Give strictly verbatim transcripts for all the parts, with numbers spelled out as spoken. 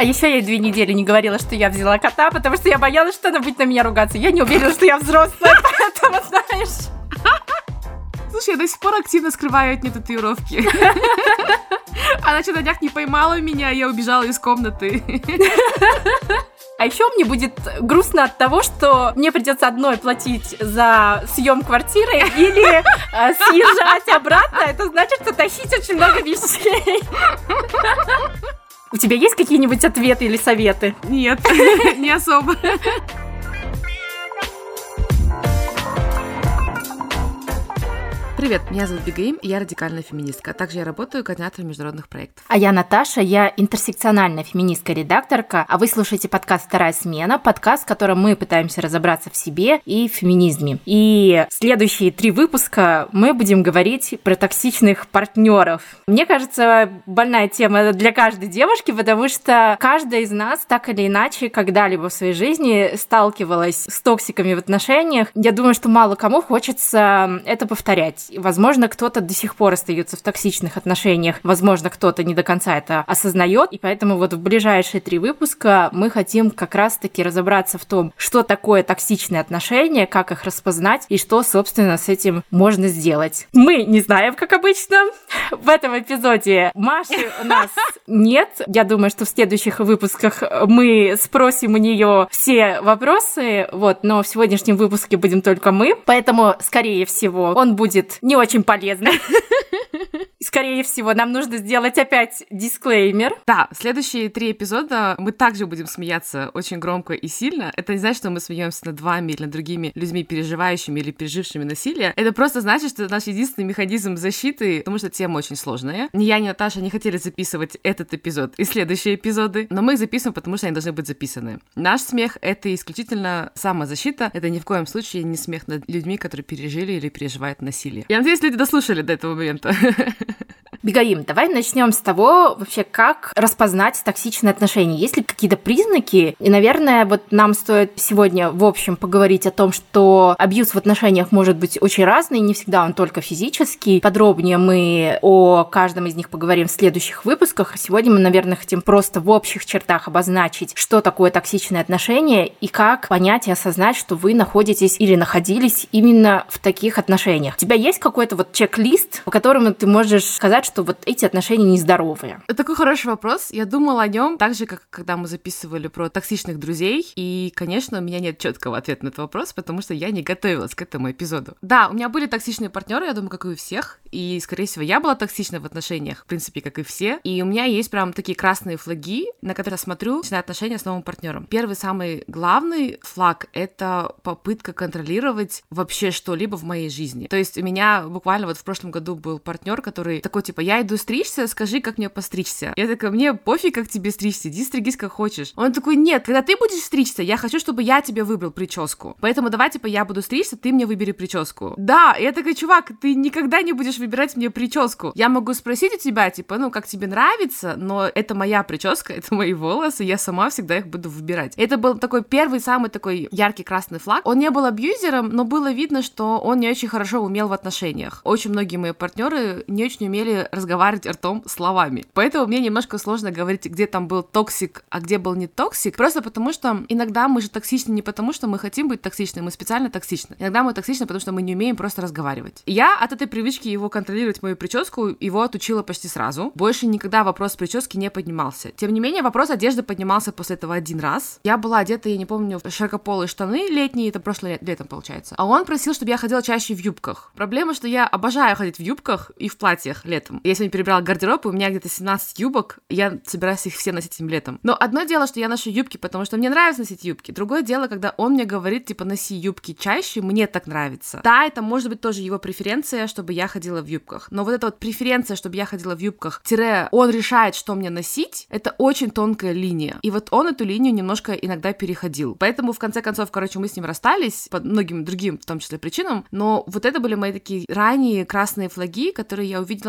А еще я ей две недели не говорила, что я взяла кота, потому что я боялась, что она будет на меня ругаться. Я не уверена, что я взрослая, поэтому, знаешь... Слушай, я до сих пор активно скрываю от нее татуировки. Она что, на днях не поймала меня, я убежала из комнаты. А еще мне будет грустно от того, что мне придется одной платить за съем квартиры или э, съезжать обратно. Это значит, что тащить очень много вещей. У тебя есть какие-нибудь ответы или советы? Нет, не особо. Привет, меня зовут Бигаим, и я радикальная феминистка. Также я работаю координатором международных проектов. А я Наташа, я интерсекциональная феминистка-редакторка, а вы слушаете подкаст «Вторая смена», подкаст, в котором мы пытаемся разобраться в себе и в феминизме. И следующие три выпуска мы будем говорить про токсичных партнеров. Мне кажется, больная тема для каждой девушки, потому что каждая из нас так или иначе когда-либо в своей жизни сталкивалась с токсиками в отношениях. Я думаю, что мало кому хочется это повторять. Возможно, кто-то до сих пор остается в токсичных отношениях, возможно, кто-то не до конца это осознает, и поэтому вот в ближайшие три выпуска мы хотим как раз-таки разобраться в том, что такое токсичные отношения, как их распознать и что, собственно, с этим можно сделать. Мы не знаем, как обычно. В этом эпизоде Маши у нас нет. Я думаю, что в следующих выпусках мы спросим у нее все вопросы, вот, но в сегодняшнем выпуске будем только мы, поэтому, скорее всего, он будет не очень полезно. Скорее всего, нам нужно сделать опять дисклеймер. Да, следующие три эпизода мы также будем смеяться очень громко и сильно. Это не значит, что мы смеемся над вами или над другими людьми, переживающими или пережившими насилие. Это просто значит, что это наш единственный механизм защиты, потому что тема очень сложная. Ни я, ни Наташа не хотели записывать этот эпизод и следующие эпизоды, но мы их записываем, потому что они должны быть записаны. Наш смех — это исключительно самозащита, это ни в коем случае не смех над людьми, которые пережили или переживают насилие. Я надеюсь, люди дослушали до этого момента. Бигаим, давай начнем с того, вообще, как распознать токсичные отношения. Есть ли какие-то признаки? И, наверное, вот нам стоит сегодня, в общем, поговорить о том, что абьюз в отношениях может быть очень разный, не всегда он только физический. Подробнее мы о каждом из них поговорим в следующих выпусках. Сегодня мы, наверное, хотим просто в общих чертах обозначить, что такое токсичные отношения и как понять и осознать, что вы находитесь или находились именно в таких отношениях. У тебя есть какой-то вот чек-лист, по которому ты можешь сказать, что вот эти отношения нездоровые? Это такой хороший вопрос. Я думала о нем так же, как когда мы записывали про токсичных друзей. И, конечно, у меня нет четкого ответа на этот вопрос, потому что я не готовилась к этому эпизоду. Да, у меня были токсичные партнеры, я думаю, как и у всех. И, скорее всего, я была токсична в отношениях, в принципе, как и все. И у меня есть прям такие красные флаги, на которые я смотрю, начиная отношения с новым партнером. Первый, самый главный флаг — это попытка контролировать вообще что-либо в моей жизни. То есть у меня буквально вот в прошлом году был партнер, который такой, типа, я иду стричься, скажи, как мне постричься. Я такая, мне пофиг, как тебе стричься, иди стригись, как хочешь. Он такой, нет, когда ты будешь стричься, я хочу, чтобы я тебе выбрал прическу. Поэтому давай, типа, я буду стричься, ты мне выбери прическу. Да, я такая, чувак, ты никогда не будешь выбирать мне прическу. Я могу спросить у тебя, типа, ну, как тебе нравится, но это моя прическа, это мои волосы, я сама всегда их буду выбирать. Это был такой первый, самый такой яркий красный флаг. Он не был абьюзером, но было видно, что он не очень хорошо умел в отношениях. Очень многие мои партнеры не очень умели разговаривать ртом словами. Поэтому мне немножко сложно говорить, где там был токсик, а где был не токсик, просто потому что иногда мы же токсичны не потому, что мы хотим быть токсичны, мы специально токсичны. Иногда мы токсичны, потому что мы не умеем просто разговаривать. И я от этой привычки его контролировать мою прическу его отучила почти сразу. Больше никогда вопрос прически не поднимался. Тем не менее, вопрос одежды поднимался после этого один раз. Я была одета, я не помню, в широкополые штаны летние, это прошлое летом получается. А он просил, чтобы я ходила чаще в юбках. Проблема, что я обожаю ходить в юбках и в платьях летом. Я сегодня перебрала гардероб, и у меня где-то семнадцать юбок, я собираюсь их все носить этим летом. Но одно дело, что я ношу юбки, потому что мне нравится носить юбки. Другое дело, когда он мне говорит, типа, носи юбки чаще, мне так нравится. Да, это может быть тоже его преференция, чтобы я ходила в юбках. Но вот эта вот преференция, чтобы я ходила в юбках, тире он решает, что мне носить, это очень тонкая линия. И вот он эту линию немножко иногда переходил. Поэтому, в конце концов, короче, мы с ним расстались по многим другим, в том числе, причинам. Но вот это были мои такие ранние красные флаги, которые я увидела на самом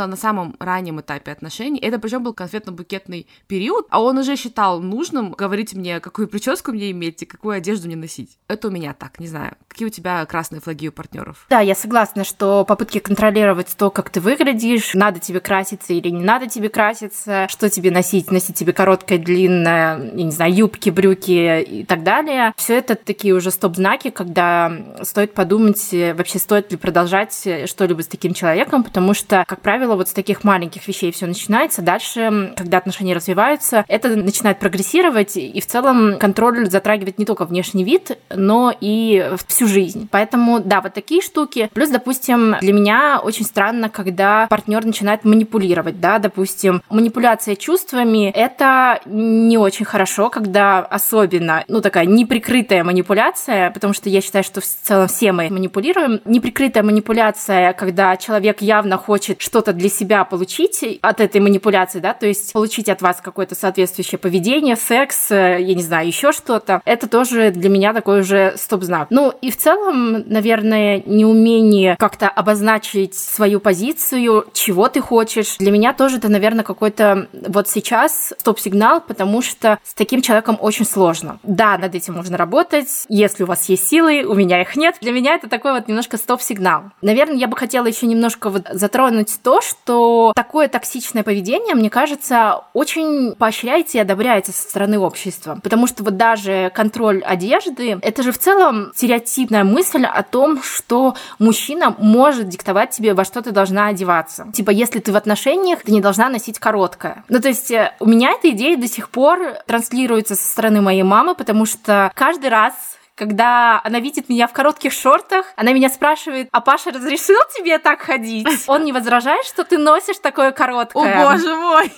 самом раннем этапе отношений. Это причем был конфетно-букетный период, а он уже считал нужным говорить мне, какую прическу мне иметь и какую одежду мне носить. Это у меня так, не знаю. Какие у тебя красные флаги у партнеров? Да, я согласна, что попытки контролировать то, как ты выглядишь, надо тебе краситься или не надо тебе краситься, что тебе носить, носить тебе короткое, длинное, я не знаю, юбки, брюки и так далее. Все это такие уже стоп-знаки, когда стоит подумать, вообще стоит ли продолжать что-либо с таким человеком, потому что, как правило, вот с таких маленьких вещей все начинается. Дальше, когда отношения развиваются, это начинает прогрессировать, и в целом контроль затрагивает не только внешний вид, но и всю жизнь. Поэтому, да, вот такие штуки. Плюс, допустим, для меня очень странно, когда партнер начинает манипулировать, да, допустим, манипуляция чувствами — это не очень хорошо, когда особенно, ну, такая неприкрытая манипуляция, потому что я считаю, что в целом все мы манипулируем. Неприкрытая манипуляция, когда человек явно хочет что-то для себя получить от этой манипуляции, да, то есть получить от вас какое-то соответствующее поведение, секс, я не знаю, еще что-то, это тоже для меня такой уже стоп-знак. Ну, и в целом, наверное, неумение как-то обозначить свою позицию, чего ты хочешь, для меня тоже это, наверное, какой-то вот сейчас стоп-сигнал, потому что с таким человеком очень сложно. Да, над этим можно работать, если у вас есть силы, у меня их нет. Для меня это такой вот немножко стоп-сигнал. Наверное, я бы хотела еще немножко вот затронуть то, что такое токсичное поведение, мне кажется, очень поощряется и одобряется со стороны общества. Потому что вот даже контроль одежды, это же в целом стереотипная мысль о том, что мужчина может диктовать тебе, во что ты должна одеваться. Типа, если ты в отношениях, ты не должна носить короткое. Ну, то есть у меня эта идея до сих пор транслируется со стороны моей мамы, потому что каждый раз, когда она видит меня в коротких шортах, она меня спрашивает: а Паша разрешил тебе так ходить? Он не возражает, что ты носишь такое короткое? О, боже мой!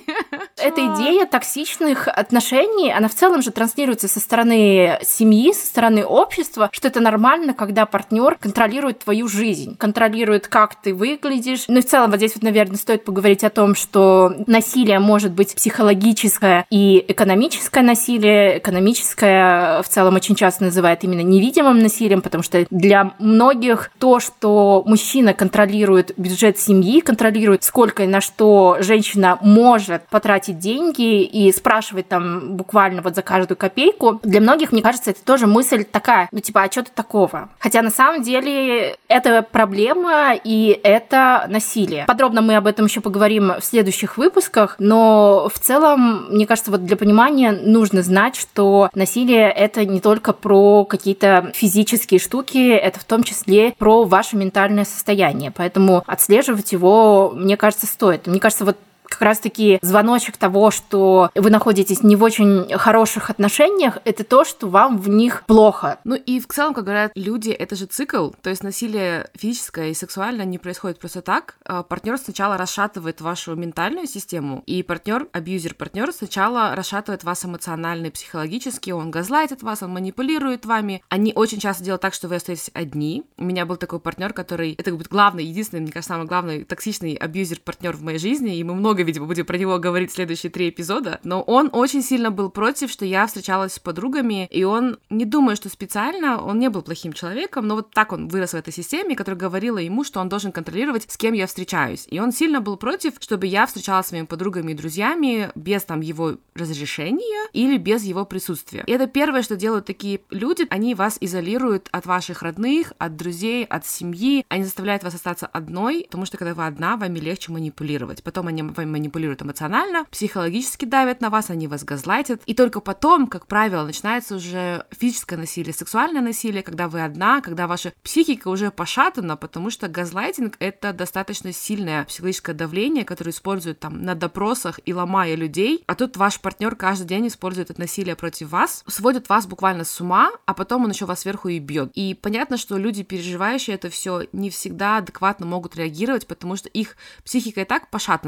Эта идея токсичных отношений, она в целом же транслируется со стороны семьи, со стороны общества, что это нормально, когда партнер контролирует твою жизнь, контролирует, как ты выглядишь. Ну и в целом вот здесь вот, наверное, стоит поговорить о том, что насилие может быть психологическое и экономическое насилие. Экономическое в целом очень часто называют именно невидимым насилием, потому что для многих то, что мужчина контролирует бюджет семьи, контролирует, сколько и на что женщина может потратить деньги и спрашивать там буквально вот за каждую копейку, для многих, мне кажется, это тоже мысль такая, ну типа, а что тут такого? Хотя на самом деле это проблема и это насилие. Подробно мы об этом еще поговорим в следующих выпусках, но в целом, мне кажется, вот для понимания нужно знать, что насилие — это не только про про какие-то физические штуки, это в том числе про ваше ментальное состояние. Поэтому отслеживать его, мне кажется, стоит. Мне кажется, вот как раз-таки звоночек того, что вы находитесь не в очень хороших отношениях, это то, что вам в них плохо. Ну и в целом, как говорят люди, это же цикл, то есть насилие физическое и сексуальное не происходит просто так. Партнер сначала расшатывает вашу ментальную систему, и партнер, абьюзер-партнер сначала расшатывает вас эмоционально и психологически, он газлайтит вас, он манипулирует вами. Они очень часто делают так, что вы остаетесь одни. У меня был такой партнер, который, это главный, единственный, мне кажется, самый главный токсичный абьюзер-партнер в моей жизни, и мы много, видимо, будем про него говорить в следующие три эпизода, но он очень сильно был против, что я встречалась с подругами, и он, не думаю, что специально, он не был плохим человеком, но вот так он вырос в этой системе, которая говорила ему, что он должен контролировать, с кем я встречаюсь. И он сильно был против, чтобы я встречалась с своими подругами и друзьями без там его разрешения или без его присутствия. И это первое, что делают такие люди, они вас изолируют от ваших родных, от друзей, от семьи, они заставляют вас остаться одной, потому что когда вы одна, вами легче манипулировать. Потом они вами манипулируют эмоционально, психологически давят на вас, они вас газлайтят. И только потом, как правило, начинается уже физическое насилие, сексуальное насилие, когда вы одна, когда ваша психика уже пошатана, потому что газлайтинг — это достаточно сильное психологическое давление, которое используют там на допросах и ломая людей, а тут ваш партнер каждый день использует это насилие против вас, сводит вас буквально с ума, а потом он еще вас сверху и бьет. И понятно, что люди, переживающие это все, не всегда адекватно могут реагировать, потому что их психика и так пошатана. Они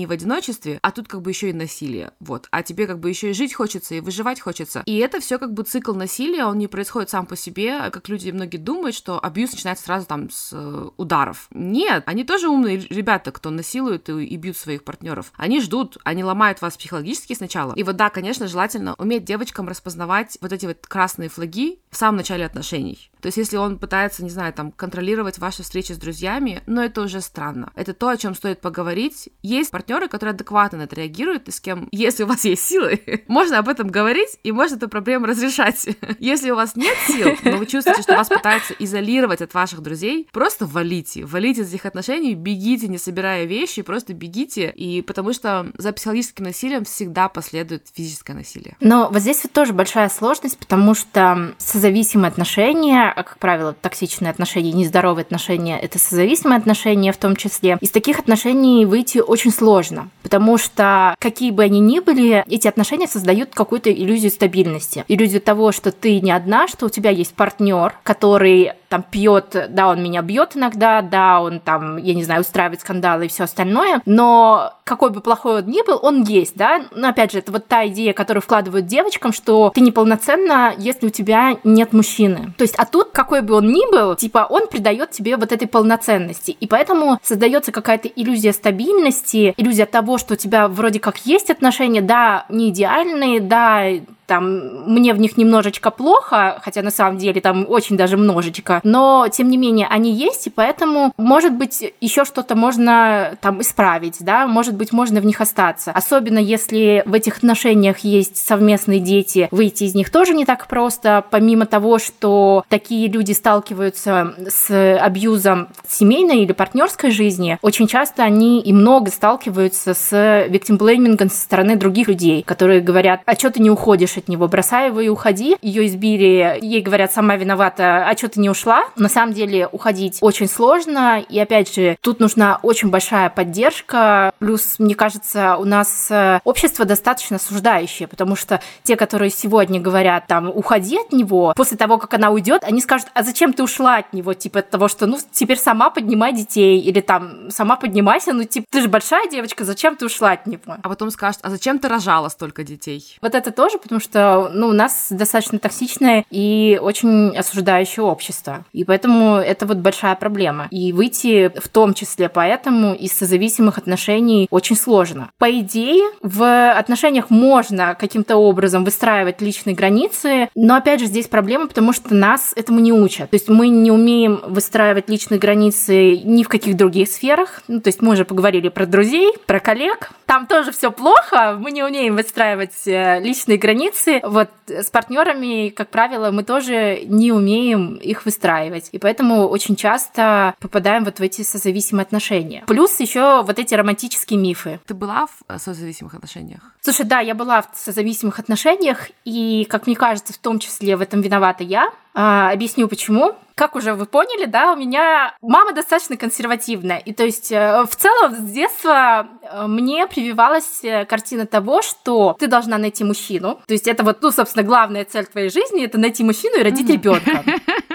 компании, в одиночестве, а тут как бы еще и насилие, вот, а тебе как бы еще и жить хочется, и выживать хочется. И это все как бы цикл насилия, он не происходит сам по себе, как люди многие думают, что абьюз начинается сразу там с э, ударов. Нет, они тоже умные ребята, кто насилует и, и бьют своих партнеров. Они ждут, они ломают вас психологически сначала. И вот да, конечно, желательно уметь девочкам распознавать вот эти вот красные флаги в самом начале отношений. То есть если он пытается, не знаю, там, контролировать ваши встречи с друзьями, но это уже странно. Это то, о чем стоит поговорить. Есть партнеры, которые адекватно на это реагируют, и с кем, если у вас есть силы, можно об этом говорить, и можно эту проблему разрешать. Если у вас нет сил, но вы чувствуете, что вас пытаются изолировать от ваших друзей, просто валите. Валите из этих отношений, бегите, не собирая вещи, просто бегите, и потому что за психологическим насилием всегда последует физическое насилие. Но вот здесь вот тоже большая сложность, потому что созависимые отношения, а, как правило, токсичные отношения, нездоровые отношения — это созависимые отношения в том числе. Из таких отношений выйти очень сложно, потому что какие бы они ни были, эти отношения создают какую-то иллюзию стабильности, иллюзию того, что ты не одна, что у тебя есть партнер, который там пьет, да, он меня бьет иногда, да, он там, я не знаю, устраивает скандалы и все остальное, но какой бы плохой он ни был, он есть, да. Но опять же, это вот та идея, которую вкладывают девочкам, что ты неполноценна, если у тебя нет мужчины. То есть, а тут какой бы он ни был, типа, он придает тебе вот этой полноценности, и поэтому создается какая-то иллюзия стабильности, иллюзия того, что у тебя вроде как есть отношения, да, не идеальные, да, там, мне в них немножечко плохо, хотя на самом деле там очень даже множечко, но, тем не менее, они есть, и поэтому, может быть, еще что-то можно там исправить, да, может быть, можно в них остаться. Особенно, если в этих отношениях есть совместные дети, выйти из них тоже не так просто, помимо того, что такие люди сталкиваются с абьюзом в семейной или партнерской жизни, очень часто они и много сталкиваются с victim-blaming со стороны других людей, которые говорят: а что ты не уходишь от него, бросай его и уходи. Ее избили, ей говорят: сама виновата, а что ты не ушла? На самом деле уходить очень сложно, и опять же, тут нужна очень большая поддержка, плюс, мне кажется, у нас общество достаточно осуждающее, потому что те, которые сегодня говорят там: уходи от него, после того, как она уйдет, они скажут: а зачем ты ушла от него? Типа от того, что ну теперь сама поднимай детей, или там сама поднимайся, ну типа ты же большая девочка, зачем ты ушла от него? А потом скажут: а зачем ты рожала столько детей? Вот это тоже, потому что ну, у нас достаточно токсичное и очень осуждающее общество. И поэтому это вот большая проблема. И выйти в том числе поэтому из созависимых отношений очень сложно. По идее, в отношениях можно каким-то образом выстраивать личные границы, но опять же здесь проблема, потому что нас этому не учат. То есть мы не умеем выстраивать личные границы ни в каких других сферах. Ну, то есть мы уже поговорили про друзей, про коллег. Там тоже все плохо, мы не умеем выстраивать личные границы. Вот с партнерами, как правило, мы тоже не умеем их выстраивать. И поэтому очень часто попадаем вот в эти созависимые отношения. Плюс еще вот эти романтические мифы. Ты была в созависимых отношениях? Слушай, да, я была в созависимых отношениях, и, как мне кажется, в том числе в этом виновата я. А, объясню, почему. Как уже вы поняли, да, у меня мама достаточно консервативная. И то есть в целом с детства мне прививалась картина того, что ты должна найти мужчину. То есть это вот, ну, собственно, главная цель твоей жизни — это найти мужчину и родить ребенка.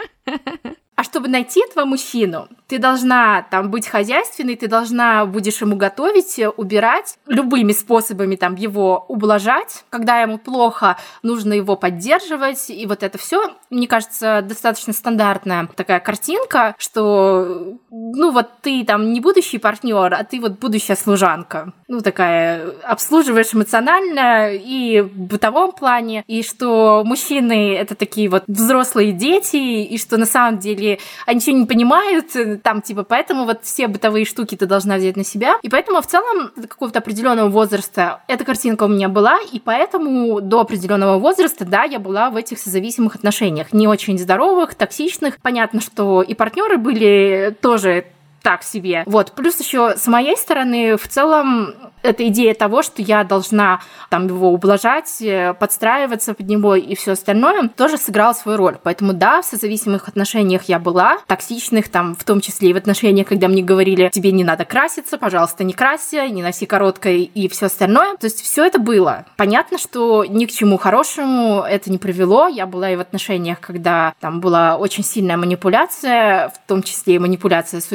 А чтобы найти этого мужчину, ты должна там быть хозяйственной, ты должна будешь ему готовить, убирать, любыми способами там его ублажать. Когда ему плохо, нужно его поддерживать. И вот это все, мне кажется, достаточно стандартная такая картинка, что ну вот ты там не будущий партнер, а ты вот будущая служанка. Ну, такая, обслуживаешь эмоционально и в бытовом плане, и что мужчины — это такие вот взрослые дети, и что на самом деле они ничего не понимают, там, типа, поэтому вот все бытовые штуки ты должна взять на себя. И поэтому в целом до какого-то определенного возраста эта картинка у меня была, и поэтому до определенного возраста, да, я была в этих созависимых отношениях, не очень здоровых, токсичных. Понятно, что и партнеры были тоже так себе. Вот. Плюс еще с моей стороны, в целом, эта идея того, что я должна там его ублажать, подстраиваться под него и все остальное, тоже сыграла свою роль. Поэтому да, в созависимых отношениях я была, токсичных, там, в том числе и в отношениях, когда мне говорили: тебе не надо краситься, пожалуйста, не красься, не носи короткое и все остальное. То есть все это было. Понятно, что ни к чему хорошему это не привело. Я была и в отношениях, когда там была очень сильная манипуляция, в том числе и манипуляция суицидами,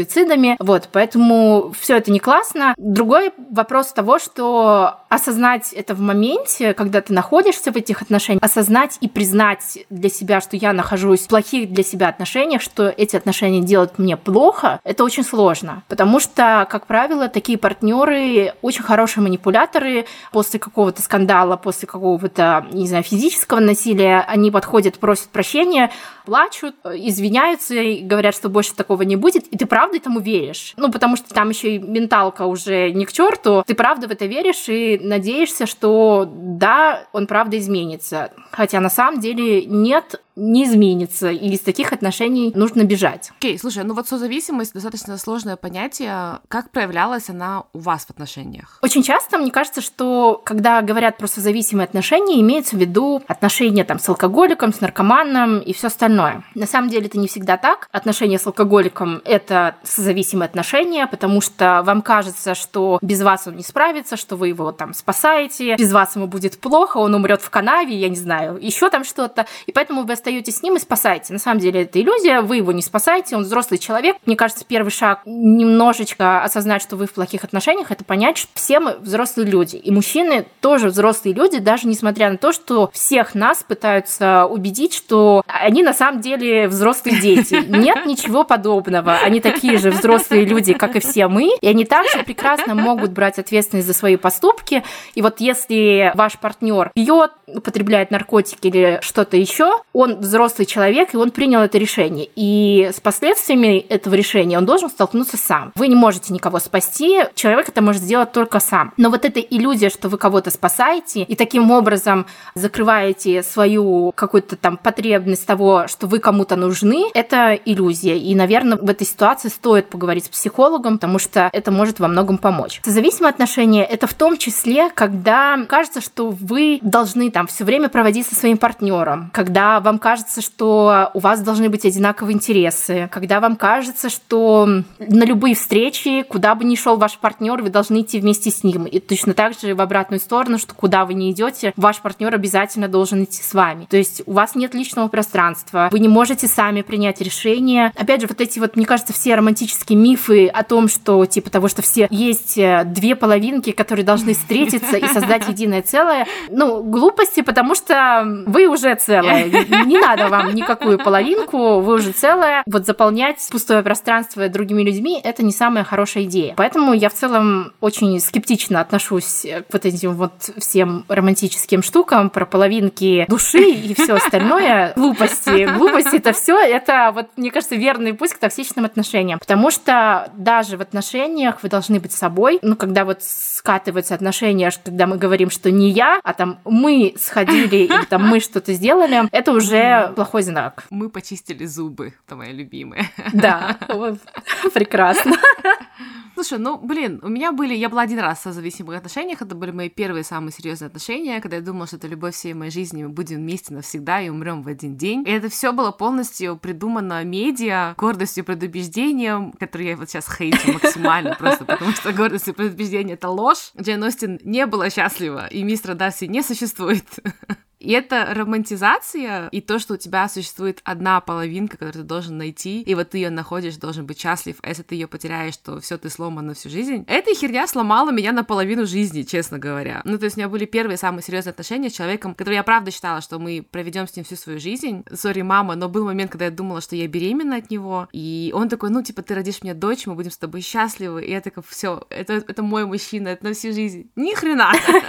отношениями. Вот, поэтому все это не классно. Другой вопрос того, что осознать это в моменте, когда ты находишься в этих отношениях, осознать и признать для себя, что я нахожусь в плохих для себя отношениях, что эти отношения делают мне плохо, это очень сложно. Потому что, как правило, такие партнеры очень хорошие манипуляторы. После какого-то скандала, после какого-то, не знаю, физического насилия, они подходят, просят прощения, плачут, извиняются и говорят, что больше такого не будет, и ты правда этому веришь. Ну, потому что там еще и менталка уже не к черту. Ты правда в это веришь и надеешься, что да, он правда изменится. Хотя на самом деле нет, не изменится, и из таких отношений нужно бежать. Окей, okay, слушай, ну вот созависимость достаточно сложное понятие. Как проявлялась она у вас в отношениях? Очень часто, мне кажется, что когда говорят про созависимые отношения, имеется в виду отношения там с алкоголиком, с наркоманом и все остальное. На самом деле это не всегда так. Отношения с алкоголиком — это созависимые отношения, потому что вам кажется, что без вас он не справится, что вы его там спасаете, без вас ему будет плохо, он умрет в канаве, я не знаю, еще там что-то, и поэтому вы остаетесь с ним и спасаете. На самом деле это иллюзия, вы его не спасаете, он взрослый человек. Мне кажется, первый шаг немножечко осознать, что вы в плохих отношениях, это понять, что все мы взрослые люди. И мужчины тоже взрослые люди, даже несмотря на то, что всех нас пытаются убедить, что они на самом деле взрослые дети. Нет ничего подобного. Они такие же взрослые люди, как и все мы, и они также прекрасно могут брать ответственность за свои поступки. И вот если ваш партнер пьет, употребляет наркотики или что-то еще, он взрослый человек, и он принял это решение. И с последствиями этого решения он должен столкнуться сам. Вы не можете никого спасти, человек это может сделать только сам. Но вот эта иллюзия, что вы кого-то спасаете, и таким образом закрываете свою какую-то там потребность того, что вы кому-то нужны, это иллюзия. И, наверное, в этой ситуации стоит поговорить с психологом, потому что это может во многом помочь. Созависимые отношения — это в том числе, когда кажется, что вы должны там все время проводить со своим партнером, когда вам кажется, что у вас должны быть одинаковые интересы, когда вам кажется, что на любые встречи, куда бы ни шел ваш партнер, вы должны идти вместе с ним. И точно так же в обратную сторону, что куда вы ни идете, ваш партнер обязательно должен идти с вами. То есть у вас нет личного пространства, вы не можете сами принять решение. Опять же, вот эти вот, мне кажется, все романтические мифы о том, что типа того, что все есть две половинки, которые должны встретиться и создать единое целое, ну, глупости, потому что вы уже целое. Не надо вам никакую половинку, вы уже целое. Вот заполнять пустое пространство другими людьми — это не самая хорошая идея. Поэтому я в целом очень скептично отношусь к вот этим вот всем романтическим штукам про половинки души и все остальное. Глупости. Глупости — это все. Это, вот, мне кажется, верный путь к токсичным отношениям. Потому что даже в отношениях вы должны быть собой. Ну, когда вот скатываются отношения, когда мы говорим, что не я, а там мы сходили или там мы что-то сделали, это уже плохой знак. Мы почистили зубы, это моя любимая. Да, прекрасно. Слушай, ну, блин, у меня были... Я была один раз в созависимых отношениях, это были мои первые самые серьезные отношения, когда я думала, что это любовь всей моей жизни, мы будем вместе навсегда и умрем в один день. И это все было полностью придумано медиа, гордостью, предубеждением, который я вот сейчас хейчу максимально, просто потому что гордость и предубеждение — это ложь. Джейн Остин не была счастлива, и мистера Дарси не существует. И это романтизация, и то, что у тебя существует одна половинка, которую ты должен найти, и вот ты ее находишь, должен быть счастлив, а если ты ее потеряешь, то все, ты сломан на всю жизнь. Эта херня сломала меня на половину жизни, честно говоря. Ну, то есть у меня были первые самые серьезные отношения с человеком, который я правда считала, что мы проведем с ним всю свою жизнь. Сори, мама, но был момент, когда я думала, что я беременна от него, и он такой: ну, типа, ты родишь мне дочь, мы будем с тобой счастливы, и я такая: все, это, это мой мужчина, это на всю жизнь. Ни хрена!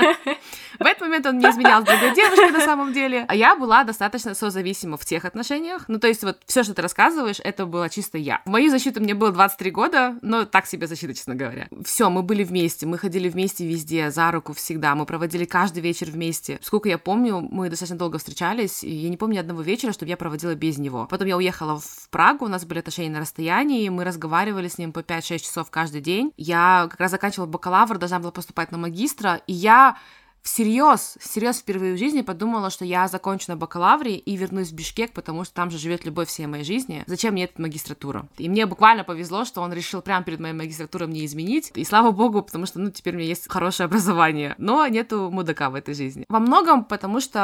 В этот момент он не изменял с другой девушкой на самом деле, а я была достаточно созависима в тех отношениях. Ну, то есть вот все, что ты рассказываешь, это было чисто я. В мою защиту мне было двадцать три года, но так себе защита, честно говоря. Все, мы были вместе, мы ходили вместе везде, за руку всегда, мы проводили каждый вечер вместе. Сколько я помню, мы достаточно долго встречались, и я не помню ни одного вечера, чтобы я проводила без него. Потом я уехала в Прагу, у нас были отношения на расстоянии, мы разговаривали с ним по пять-шесть часов каждый день. Я как раз заканчивала бакалавр, должна была поступать на магистра, и я всерьез, всерьез впервые в жизни подумала, что я закончу на бакалавре и вернусь в Бишкек, потому что там же живет любовь всей моей жизни. Зачем мне эта магистратура? И мне буквально повезло, что он решил прямо перед моей магистратурой мне изменить. И слава богу, потому что, ну, теперь у меня есть хорошее образование. Но нету мудака в этой жизни. Во многом потому что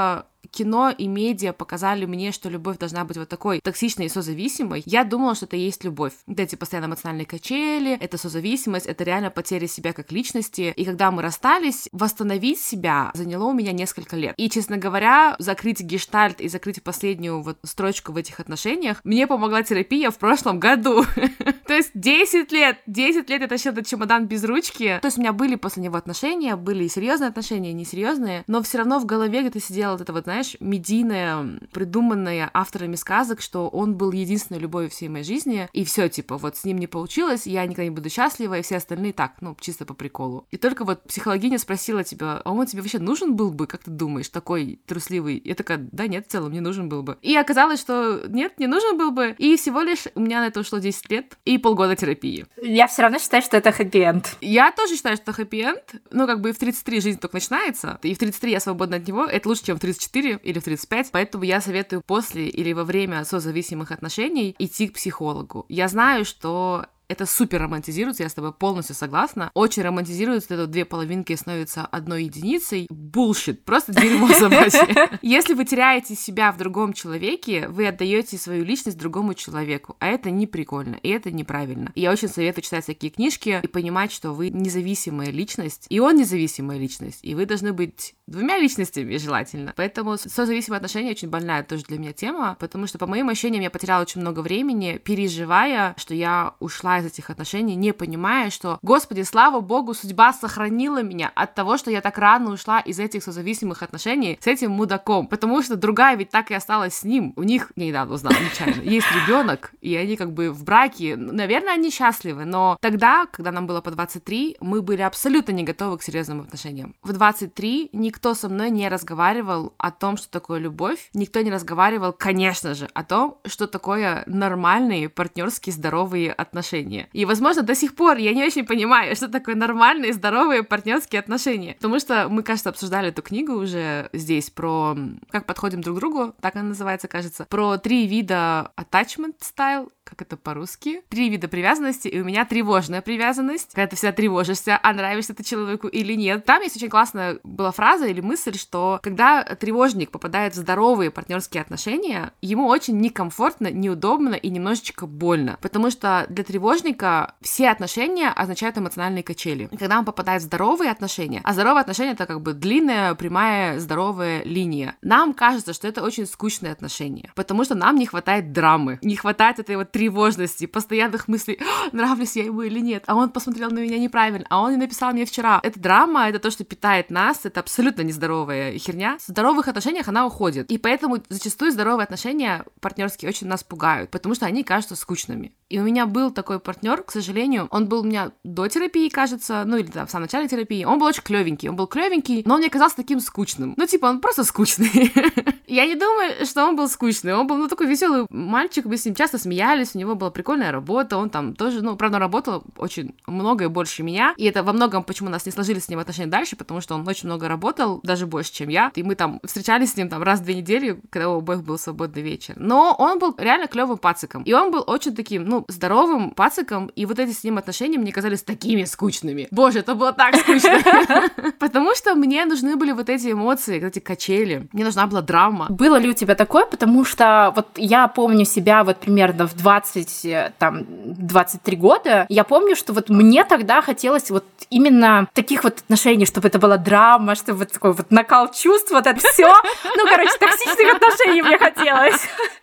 кино и медиа показали мне, что любовь должна быть вот такой токсичной и созависимой, я думала, что это и есть любовь. Вот эти постоянно эмоциональные качели, это созависимость, это реально потеря себя как личности. И когда мы расстались, восстановить себя заняло у меня несколько лет. И, честно говоря, закрыть гештальт и закрыть последнюю вот строчку в этих отношениях мне помогла терапия в прошлом году. То есть десять лет, десять лет я тащила этот чемодан без ручки. То есть у меня были после него отношения, были и серьезные отношения, и несерьезные, но все равно в голове где-то сидела вот это вот, знаешь, медийное, придуманное авторами сказок, что он был единственной любовью всей моей жизни, и все, типа, вот с ним не получилось, я никогда не буду счастлива, и все остальные так, ну, чисто по приколу. И только вот психологиня спросила тебя, а он тебе вообще нужен был бы, как ты думаешь, такой трусливый? Я такая, да нет, в целом не нужен был бы. И оказалось, что нет, не нужен был бы, и всего лишь у меня на это ушло десять лет и полгода терапии. Я все равно считаю, что это хэппи-энд. Я тоже считаю, что это хэппи-энд, ну, как бы и в тридцать три жизнь только начинается, и в тридцать три я свободна от него, это лучше, чем в тридцать четыре или в тридцать пять, поэтому я советую после или во время созависимых отношений идти к психологу. Я знаю, что это супер романтизируется, я с тобой полностью согласна. Очень романтизируется, это две половинки становятся одной единицей. Булшит, просто дерьмо собачье. Если вы теряете себя в другом человеке, вы отдаете свою личность другому человеку, а это не прикольно, и это неправильно. И я очень советую читать такие книжки и понимать, что вы независимая личность, и он независимая личность, и вы должны быть двумя личностями желательно. Поэтому созависимые отношения очень больная тоже для меня тема, потому что, по моим ощущениям, я потеряла очень много времени, переживая, что я ушла из этих отношений, не понимая, что, господи, слава богу, судьба сохранила меня от того, что я так рано ушла из этих созависимых отношений с этим мудаком, потому что другая ведь так и осталась с ним. У них, я недавно узнала, нечаянно, есть ребенок, и они как бы в браке, наверное, они счастливы, но тогда, когда нам было по двадцать три, мы были абсолютно не готовы к серьезным отношениям. В двадцать три никто со мной не разговаривал о том, что такое любовь, никто не разговаривал, конечно же, о том, что такое нормальные партнерские здоровые отношения. И, возможно, до сих пор я не очень понимаю, что такое нормальные, здоровые партнерские отношения. Потому что мы, кажется, обсуждали эту книгу уже здесь про как подходим друг к другу, так она называется, кажется, про три вида attachment style, как это по-русски, три вида привязанности, и у меня тревожная привязанность, когда ты всегда тревожишься, а нравишься ты человеку или нет. Там есть очень классная была фраза или мысль, что когда тревожник попадает в здоровые партнерские отношения, ему очень некомфортно, неудобно и немножечко больно, потому что для тревожника все отношения означают эмоциональные качели. И когда он попадает в здоровые отношения, а здоровые отношения — это как бы длинная, прямая, здоровая линия, нам кажется, что это очень скучные отношения, потому что нам не хватает драмы, не хватает этой вот тревожности, постоянных мыслей, нравлюсь я ему или нет, а он посмотрел на меня неправильно, а он не написал мне вчера. Это драма, это то, что питает нас, это абсолютно нездоровая херня. В здоровых отношениях она уходит, и поэтому зачастую здоровые отношения партнерские очень нас пугают, потому что они кажутся скучными. И у меня был такой партнер, к сожалению, он был у меня до терапии, кажется, ну или там в самом начале терапии, он был очень клевенький, он был клевенький, но он мне казался таким скучным. Ну типа он просто скучный. Я не думаю, что он был скучный, он был ну такой веселый мальчик, мы с ним часто смеялись, у него была прикольная работа, он там тоже, ну, правда, работал очень много и больше меня, и это во многом, почему у нас не сложились с ним отношения дальше, потому что он очень много работал, даже больше, чем я, и мы там встречались с ним там раз в две недели, когда у обоих был свободный вечер. Но он был реально клевым пациком, и он был очень таким, ну, здоровым пациком, и вот эти с ним отношения мне казались такими скучными. Боже, это было так скучно. Потому что мне нужны были вот эти эмоции, эти качели, мне нужна была драма. Было ли у тебя такое? Потому что вот я помню себя вот примерно в двадцать, там, двадцать три года, я помню, что вот мне тогда хотелось вот именно таких вот отношений, чтобы это была драма, чтобы вот такой вот накал чувств, вот это все. Ну, короче, токсичных отношений мне хотелось.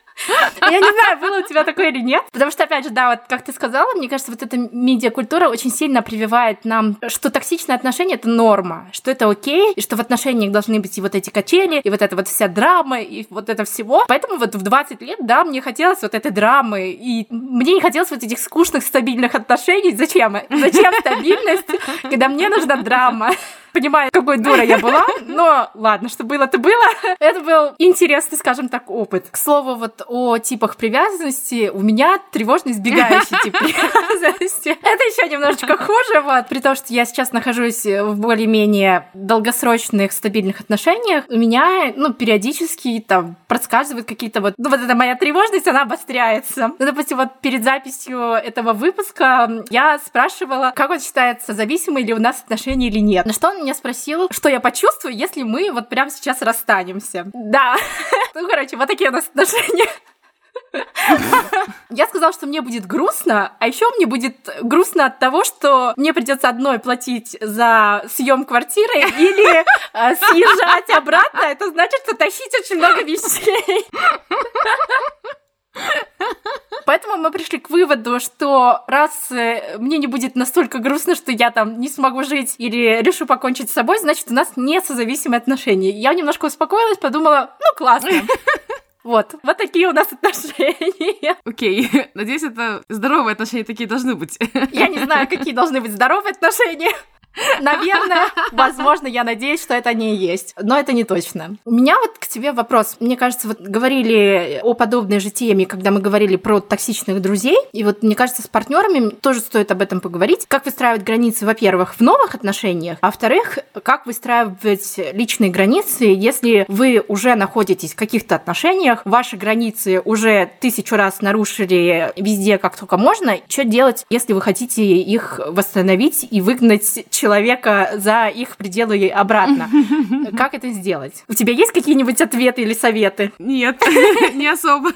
Я не знаю, было у тебя такое или нет, потому что, опять же, да, вот как ты сказала, мне кажется, вот эта медиакультура очень сильно прививает нам, что токсичные отношения — это норма, что это окей, и что в отношениях должны быть и вот эти качели, и вот эта вот вся драма, и вот это всего. Поэтому вот в двадцать лет, да, мне хотелось вот этой драмы, и мне не хотелось вот этих скучных, стабильных отношений. Зачем? Зачем стабильность, когда мне нужна драма? Понимаю, какой дурой я была, но ладно, что было, то было. Это был интересный, скажем так, опыт. К слову, вот о типах привязанности, у меня тревожно-избегающий тип привязанности. Это еще немножечко хуже, вот. При том, что я сейчас нахожусь в более-менее долгосрочных, стабильных отношениях, у меня, ну, периодически там проскальзывают какие-то вот... Ну, вот эта моя тревожность, она обостряется. Ну, допустим, вот перед записью этого выпуска я спрашивала, как он считается, зависимы ли у нас отношения или нет. На что он меня спросил, что я почувствую, если мы вот прямо сейчас расстанемся. Да. Ну, короче, вот такие у нас отношения. Я сказала, что мне будет грустно, а еще мне будет грустно от того, что мне придется одной платить за съем квартиры или э, съезжать обратно. Это значит, что тащить очень много вещей. Поэтому мы пришли к выводу, что раз мне не будет настолько грустно, что я там не смогу жить или решу покончить с собой, значит, у нас не созависимые отношения. Я немножко успокоилась, подумала, ну, классно. Вот, вот такие у нас отношения. Окей, okay. Надеюсь, это здоровые отношения такие должны быть. Я не знаю, какие должны быть здоровые отношения. Наверное, возможно, я надеюсь, что это не есть, но это не точно. У меня вот к тебе вопрос. Мне кажется, вот говорили о подобной же теме, когда мы говорили про токсичных друзей, и вот мне кажется, с партнерами тоже стоит об этом поговорить. Как выстраивать границы, во-первых, в новых отношениях, а во-вторых, как выстраивать личные границы, если вы уже находитесь в каких-то отношениях, ваши границы уже тысячу раз нарушили везде, как только можно. Что делать, если вы хотите их восстановить и выгнать человека человека за их пределы обратно. Как это сделать? У тебя есть какие-нибудь ответы или советы? Нет, не особо.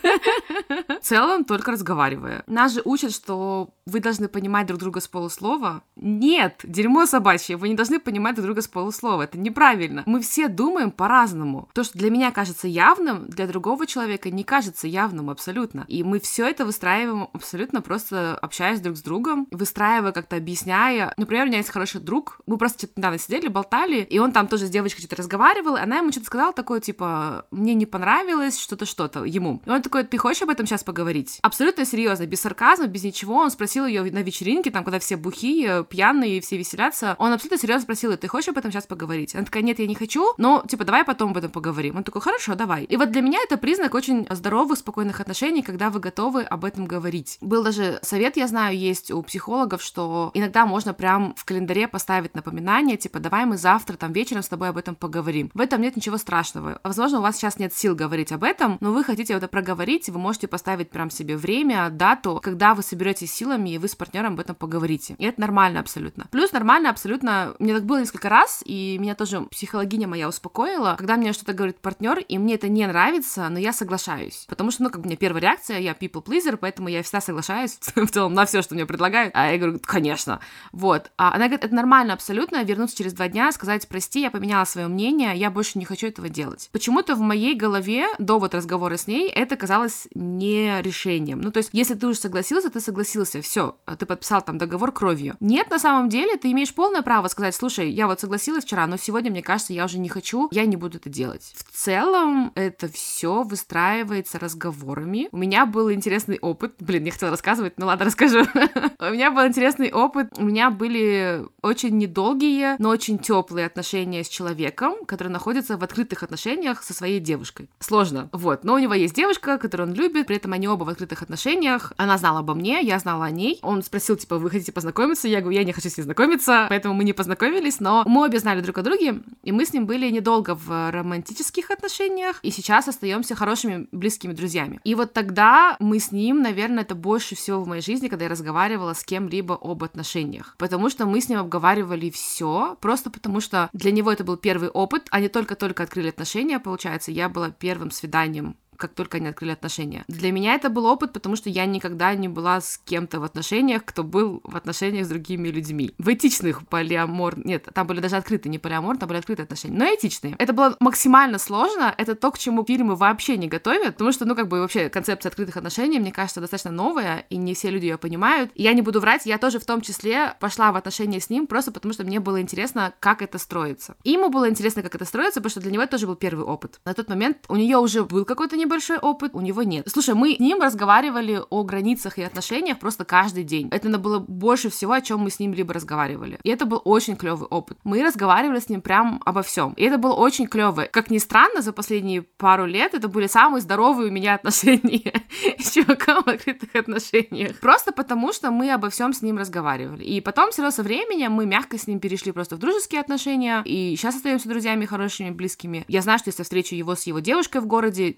В целом, только разговаривая. Нас же учат, что вы должны понимать друг друга с полуслова. Нет, дерьмо собачье, вы не должны понимать друг друга с полуслова. Это неправильно. Мы все думаем по-разному. То, что для меня кажется явным, для другого человека не кажется явным абсолютно. И мы все это выстраиваем абсолютно просто общаясь друг с другом, выстраивая, как-то объясняя. Например, у меня есть хороший друг, мы просто что-то недавно сидели, болтали, и он там тоже с девочкой что-то разговаривал, и она ему что-то сказала такое, типа, мне не понравилось что-то, что-то ему. И он такой, ты хочешь об этом сейчас поговорить? Абсолютно серьезно, без сарказма, без ничего. Он спросил ее на вечеринке, там, когда все бухие, пьяные, все веселятся. Он абсолютно серьезно спросил ее, ты хочешь об этом сейчас поговорить? Она такая, нет, я не хочу, но, типа, давай потом об этом поговорим. Он такой, хорошо, давай. И вот для меня это признак очень здоровых, спокойных отношений, когда вы готовы об этом говорить. Был даже совет, я знаю, есть у психологов, что иногда можно прям в календаре поставить напоминание, типа, давай мы завтра там вечером с тобой об этом поговорим. В этом нет ничего страшного. Возможно, у вас сейчас нет сил говорить об этом, но вы хотите это проговорить, вы можете поставить прям себе время, дату, когда вы соберетесь силами, и вы с партнером об этом поговорите. И это нормально абсолютно. Плюс нормально абсолютно, мне так было несколько раз, и меня тоже психологиня моя успокоила, когда мне что-то говорит партнер, и мне это не нравится, но я соглашаюсь. Потому что, ну, как бы у меня первая реакция, я people pleaser, поэтому я всегда соглашаюсь в целом на все, что мне предлагают. А я говорю, конечно. Вот. А она говорит, это нормально абсолютно, вернуться через два дня, сказать, прости, я поменяла свое мнение, я больше не хочу этого делать. Почему-то в моей голове до вот разговора с ней это казалось не решением. Ну, то есть, если ты уже согласился, ты согласился, все, ты подписал там договор кровью. Нет, на самом деле, ты имеешь полное право сказать, слушай, я вот согласилась вчера, но сегодня, мне кажется, я уже не хочу, я не буду это делать. В целом, это все выстраивается разговорами. У меня был интересный опыт, блин, не хотела рассказывать, ну ладно, расскажу. У меня был интересный опыт, у меня были очень недолгие, но очень теплые отношения с человеком, который находится в открытых отношениях со своей девушкой. Сложно, вот. Но у него есть девушка, которую он любит, при этом они оба в открытых отношениях. Она знала обо мне, я знала о ней. Он спросил, типа, вы хотите познакомиться? Я говорю, я не хочу с ней знакомиться, поэтому мы не познакомились, но мы обе знали друг о друге, и мы с ним были недолго в романтических отношениях, и сейчас остаемся хорошими, близкими друзьями. И вот тогда мы с ним, наверное, это больше всего в моей жизни, когда я разговаривала с кем-либо об отношениях, потому что мы с ним обговаривали все, просто потому что для него это был первый опыт, они только-только открыли отношения, получается, я была первым свиданием, как только они открыли отношения. Для меня это был опыт, потому что я никогда не была с кем-то в отношениях, кто был в отношениях с другими людьми. В этичных полиамор... Нет, там были даже открытые, не полиамор, там были открытые отношения, но этичные. Это было максимально сложно, это то, к чему фильмы вообще не готовят, потому что, ну, как бы вообще концепция открытых отношений, мне кажется, достаточно новая, и не все люди ее понимают. И я не буду врать, я тоже в том числе пошла в отношения с ним, просто потому что мне было интересно, как это строится. И ему было интересно, как это строится, потому что для него это тоже был первый опыт. На тот момент у нее уже был какой-то небольшой большой опыт, у него нет. Слушай, мы с ним разговаривали о границах и отношениях просто каждый день. Это было больше всего, о чем мы с ним либо разговаривали. И это был очень клевый опыт. Мы разговаривали с ним прям обо всем. И это было очень клево. Как ни странно, за последние пару лет это были самые здоровые у меня отношения с чуваком в открытых отношениях. Просто потому, что мы обо всем с ним разговаривали. И потом, все равно со временем, мы мягко с ним перешли просто в дружеские отношения. И сейчас остаемся друзьями хорошими, близкими. Я знаю, что если я встречу его с его девушкой в городе, ну, как бы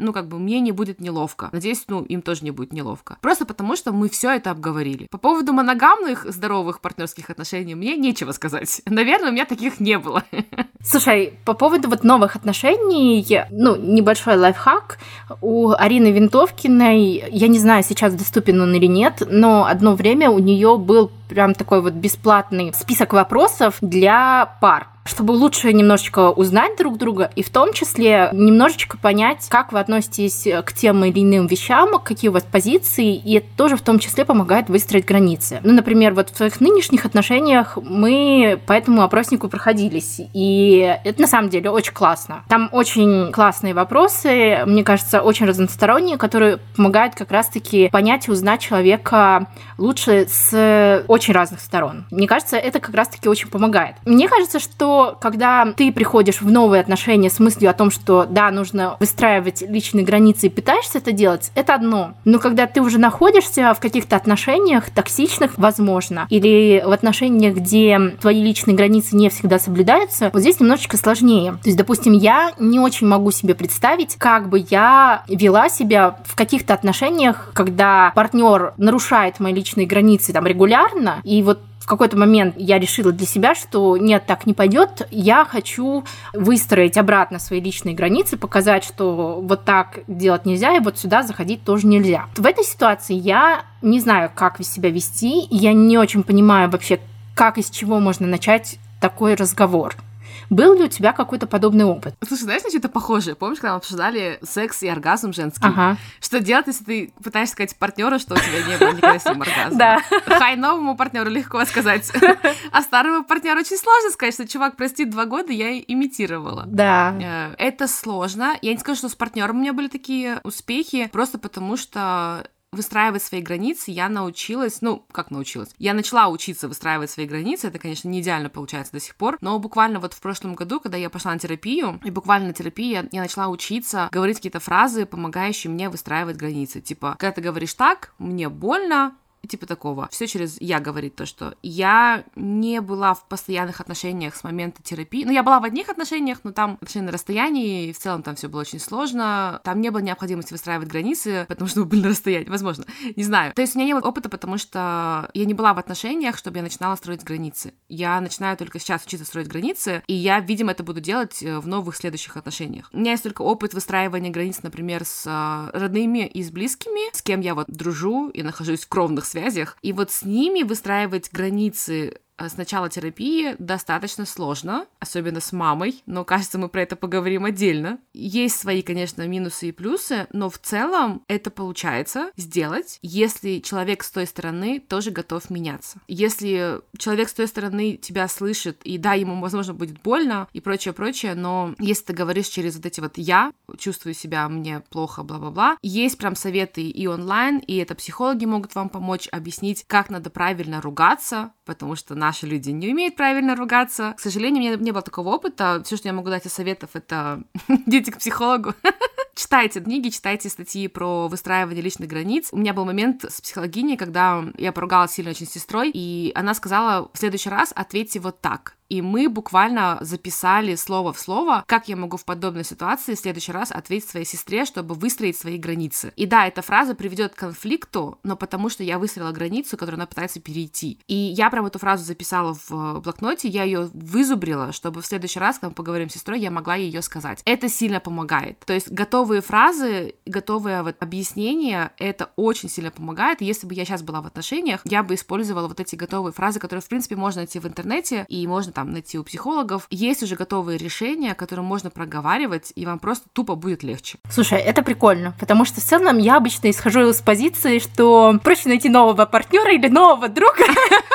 мне не будет неловко. Надеюсь, ну, им тоже не будет неловко. Просто потому, что мы все это обговорили. По поводу моногамных, здоровых партнерских отношений мне нечего сказать. Наверное, у меня таких не было. Слушай, по поводу вот новых отношений, ну, небольшой лайфхак. У Арины Винтовкиной, я не знаю, сейчас доступен он или нет, но одно время у нее был прям такой вот бесплатный список вопросов для пар, чтобы лучше немножечко узнать друг друга и в том числе немножечко понять, как вы относитесь к тем или иным вещам, какие у вас позиции, и это тоже в том числе помогает выстроить границы. Ну, например, вот в своих нынешних отношениях мы по этому опроснику проходились, и это на самом деле очень классно. Там очень классные вопросы, мне кажется, очень разносторонние, которые помогают как раз-таки понять и узнать человека лучше с очень разных сторон. Мне кажется, это как раз-таки очень помогает. Мне кажется, что когда ты приходишь в новые отношения с мыслью о том, что да, нужно выстраивать личные границы и пытаешься это делать, это одно. Но когда ты уже находишься в каких-то отношениях токсичных, возможно, или в отношениях, где твои личные границы не всегда соблюдаются, вот здесь немножечко сложнее. То есть, допустим, я не очень могу себе представить, как бы я вела себя в каких-то отношениях, когда партнер нарушает мои личные границы там регулярно, и вот в какой-то момент я решила для себя, что нет, так не пойдет. Я хочу выстроить обратно свои личные границы, показать, что вот так делать нельзя, и вот сюда заходить тоже нельзя. В этой ситуации я не знаю, как себя вести, и я не очень понимаю вообще, как и с чего можно начать такой разговор. Был ли у тебя какой-то подобный опыт? Слушай, знаешь, на что-то похожее? Помнишь, когда мы обсуждали секс и оргазм женский? Ага. Что делать, если ты пытаешься сказать партнеру, что у тебя не было никогда с ним оргазма? Да. Хай, новому партнеру легко сказать. А старому партнеру очень сложно сказать, что, чувак, прости, два года я имитировала. Да. Это сложно. Я не скажу, что с партнером у меня были такие успехи, просто потому что выстраивать свои границы я научилась, ну, как научилась? Я начала учиться выстраивать свои границы, это, конечно, не идеально получается до сих пор, но буквально вот в прошлом году, когда я пошла на терапию, и буквально на терапии я, я начала учиться говорить какие-то фразы, помогающие мне выстраивать границы. Типа, когда ты говоришь так, мне больно, типа такого. Все через «я» говорит то, что я не была в постоянных отношениях с момента терапии. Ну, я была в одних отношениях, но там отношения на расстоянии, и в целом там все было очень сложно. Там не было необходимости выстраивать границы, потому что мы были на расстоянии, возможно. Не знаю. То есть у меня не было опыта, потому что я не была в отношениях, чтобы я начинала строить границы. Я начинаю только сейчас учиться строить границы, и я, видимо, это буду делать в новых следующих отношениях. У меня есть только опыт выстраивания границ, например, с родными и с близкими, с кем я вот дружу и нахожусь в кровных связях. И вот с ними выстраивать границы с начала терапии достаточно сложно, особенно с мамой, но, кажется, мы про это поговорим отдельно. Есть свои, конечно, минусы и плюсы, но в целом это получается сделать, если человек с той стороны тоже готов меняться. Если человек с той стороны тебя слышит, и да, ему, возможно, будет больно и прочее-прочее, но если ты говоришь через вот эти вот «я», чувствую себя, мне плохо, бла-бла-бла, есть прям советы и онлайн, и это психологи могут вам помочь объяснить, как надо правильно ругаться, потому что наши люди не умеют правильно ругаться. К сожалению, у меня не было такого опыта. Все, что я могу дать из советов, это идите к психологу. Читайте книги, читайте статьи про выстраивание личных границ. У меня был момент с психологиней, когда я поругалась сильно очень с сестрой, и она сказала: в следующий раз ответьте вот так. И мы буквально записали слово в слово, как я могу в подобной ситуации в следующий раз ответить своей сестре, чтобы выстроить свои границы. И да, эта фраза приведет к конфликту, но потому что я выстроила границу, которую она пытается перейти. И я прям эту фразу записала в блокноте, я ее вызубрила, чтобы в следующий раз, когда мы поговорим с сестрой, я могла ее сказать. Это сильно помогает. То есть готовые фразы, готовые вот объяснения, это очень сильно помогает. И если бы я сейчас была в отношениях, я бы использовала вот эти готовые фразы, которые, в принципе, можно найти в интернете, и можно там найти у психологов. Есть уже готовые решения, которые можно проговаривать, и вам просто тупо будет легче. Слушай, это прикольно, потому что в целом я обычно исхожу из позиции, что проще найти нового партнера или нового друга,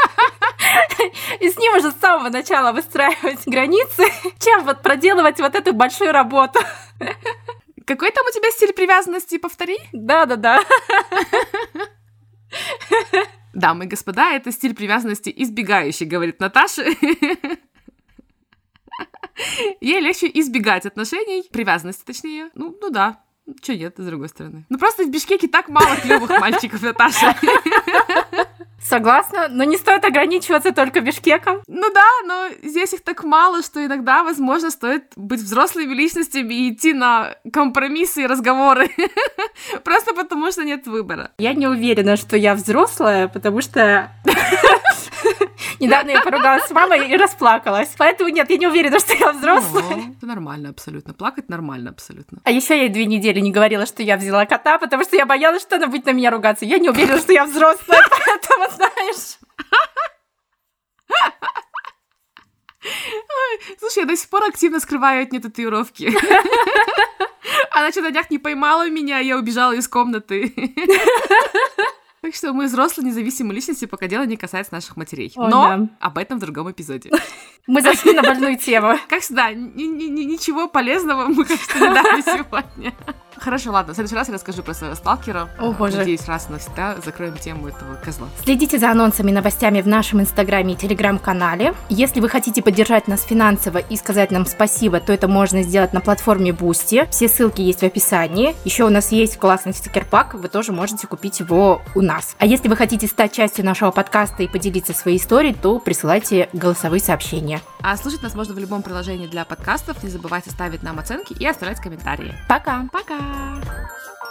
и с ним уже с самого начала выстраивать границы, чем вот проделывать вот эту большую работу. Какой там у тебя стиль привязанности, повтори? Да-да-да. Дамы и господа, это стиль привязанности избегающий, говорит Наташа. Ей легче избегать отношений, привязанности точнее. Ну, ну да. Чё нет, с другой стороны? Ну просто в Бишкеке так мало клёвых мальчиков, Наташа. Согласна, но не стоит ограничиваться только Бишкеком. Ну да, но здесь их так мало, что иногда, возможно, стоит быть взрослыми личностями и идти на компромиссы и разговоры. Просто потому, что нет выбора. Я не уверена, что я взрослая, потому что... Недавно я поругалась с мамой и расплакалась. Поэтому нет, я не уверена, что я взрослая. О, это нормально абсолютно. Плакать нормально абсолютно. А еще я две недели не говорила, что я взяла кота, потому что я боялась, что она будет на меня ругаться. Я не уверена, что я взрослая, поэтому, знаешь... Слушай, я до сих пор активно скрываю от нее татуировки. Она что-то на днях не поймала меня, я убежала из комнаты. Так что мы взрослые независимые личности, пока дело не касается наших матерей. О, Но да. об этом в другом эпизоде. Мы зашли на больную тему. Как всегда, ни- ни- ни- ничего полезного мы, кажется, не дали сегодня. Хорошо, ладно, в следующий раз я расскажу про своего сталкера. О, боже. Надеюсь, раз и навсегда закроем тему этого козла. Следите за анонсами и новостями в нашем инстаграме и телеграм-канале. Если вы хотите поддержать нас финансово и сказать нам спасибо, то это можно сделать на платформе Boosty. Все ссылки есть в описании. Еще у нас есть классный стикер-пак, вы тоже можете купить его у нас. А если вы хотите стать частью нашего подкаста и поделиться своей историей, то присылайте голосовые сообщения. А слушать нас можно в любом приложении для подкастов. Не забывайте ставить нам оценки и оставлять комментарии. Пока! Пока!